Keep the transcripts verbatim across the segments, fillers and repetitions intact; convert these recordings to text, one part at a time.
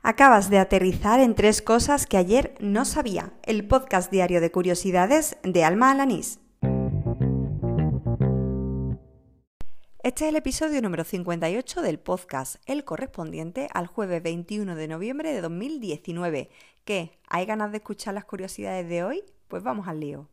Acabas de aterrizar en tres cosas que ayer no sabía. El podcast diario de curiosidades de Alma Alanís. Este es el episodio número cincuenta y ocho del podcast, el correspondiente al jueves veintiuno de noviembre de dos mil diecinueve. ¿Qué? ¿Hay ganas de escuchar las curiosidades de hoy? Pues vamos al lío.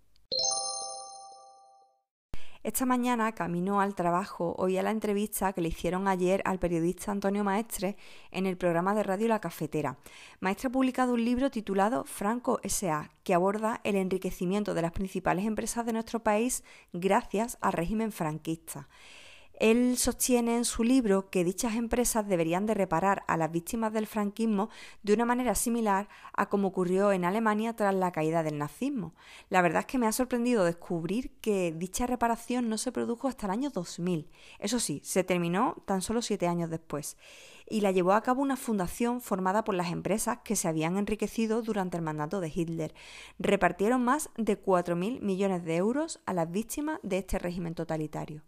Esta mañana, camino al trabajo, oía la entrevista que le hicieron ayer al periodista Antonio Maestre en el programa de radio La Cafetera. Maestre ha publicado un libro titulado Franco ese a, que aborda el enriquecimiento de las principales empresas de nuestro país gracias al régimen franquista. Él sostiene en su libro que dichas empresas deberían de reparar a las víctimas del franquismo de una manera similar a como ocurrió en Alemania tras la caída del nazismo. La verdad es que me ha sorprendido descubrir que dicha reparación no se produjo hasta el año dos mil. Eso sí, se terminó tan solo siete años después. Y la llevó a cabo una fundación formada por las empresas que se habían enriquecido durante el mandato de Hitler. Repartieron más de cuatro mil millones de euros a las víctimas de este régimen totalitario.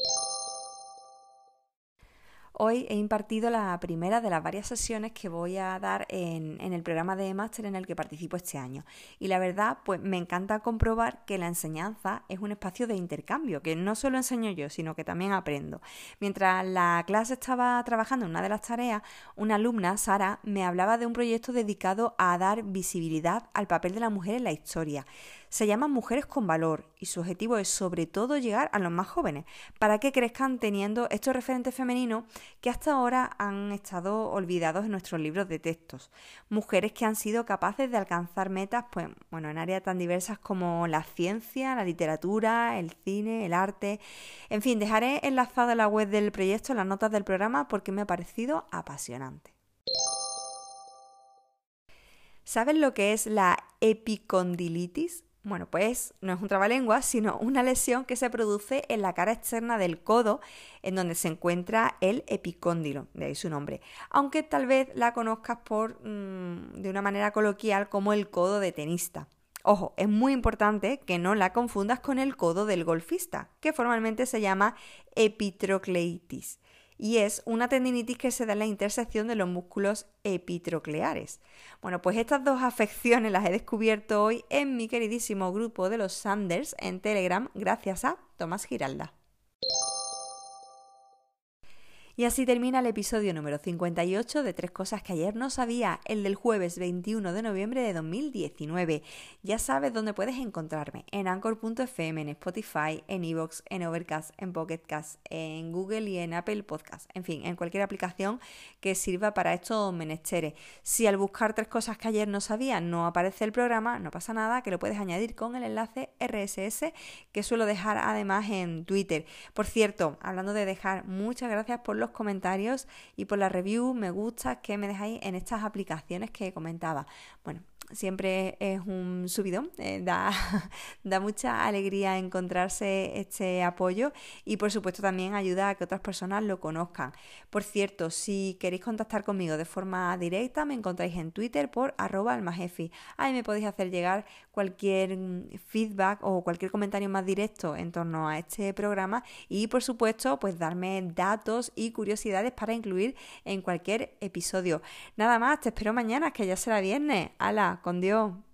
Hoy he impartido la primera de las varias sesiones que voy a dar en, en el programa de máster en el que participo este año. Y la verdad, pues me encanta comprobar que la enseñanza es un espacio de intercambio, que no solo enseño yo, sino que también aprendo. Mientras la clase estaba trabajando en una de las tareas, una alumna, Sara, me hablaba de un proyecto dedicado a dar visibilidad al papel de la mujer en la historia. Se llama Mujeres con Valor y su objetivo es sobre todo llegar a los más jóvenes para que crezcan teniendo estos referentes femeninos que hasta ahora han estado olvidados en nuestros libros de textos. Mujeres que han sido capaces de alcanzar metas pues, bueno, en áreas tan diversas como la ciencia, la literatura, el cine, el arte. En fin, dejaré enlazado en la web del proyecto en las notas del programa porque me ha parecido apasionante. ¿Sabes lo que es la epicondilitis? Bueno, pues no es un trabalenguas, sino una lesión que se produce en la cara externa del codo, en donde se encuentra el epicóndilo, de ahí su nombre. Aunque tal vez la conozcas por, mmm, de una manera coloquial como el codo de tenista. Ojo, es muy importante que no la confundas con el codo del golfista, que formalmente se llama epitrocleitis. Y es una tendinitis que se da en la intersección de los músculos epitrocleares. Bueno, pues estas dos afecciones las he descubierto hoy en mi queridísimo grupo de los Sanders en Telegram gracias a Tomás Giralda. Y así termina el episodio número cincuenta y ocho de Tres Cosas que ayer no sabía, el del jueves veintiuno de noviembre de dos mil diecinueve. Ya sabes dónde puedes encontrarme, en anchor punto efe eme, en Spotify, en iVoox, en Overcast, en Pocket Cast, en Google y en Apple Podcast. En fin, en cualquier aplicación que sirva para estos menesteres. Si al buscar Tres Cosas que ayer no sabía no aparece el programa, no pasa nada, que lo puedes añadir con el enlace erre ese ese que suelo dejar además en Twitter. Por cierto, hablando de dejar, muchas gracias por los comentarios y por la review, me gusta que me dejáis en estas aplicaciones que comentaba. Bueno, siempre es un subidón, eh, da, da mucha alegría encontrarse este apoyo y por supuesto también ayuda a que otras personas lo conozcan. Por cierto, si queréis contactar conmigo de forma directa, me encontráis en Twitter por arroba almajefi. Ahí me podéis hacer llegar cualquier feedback o cualquier comentario más directo en torno a este programa y por supuesto pues darme datos y curiosidades para incluir en cualquier episodio. Nada más, te espero mañana que ya será viernes. ¡Hala! Con Dios.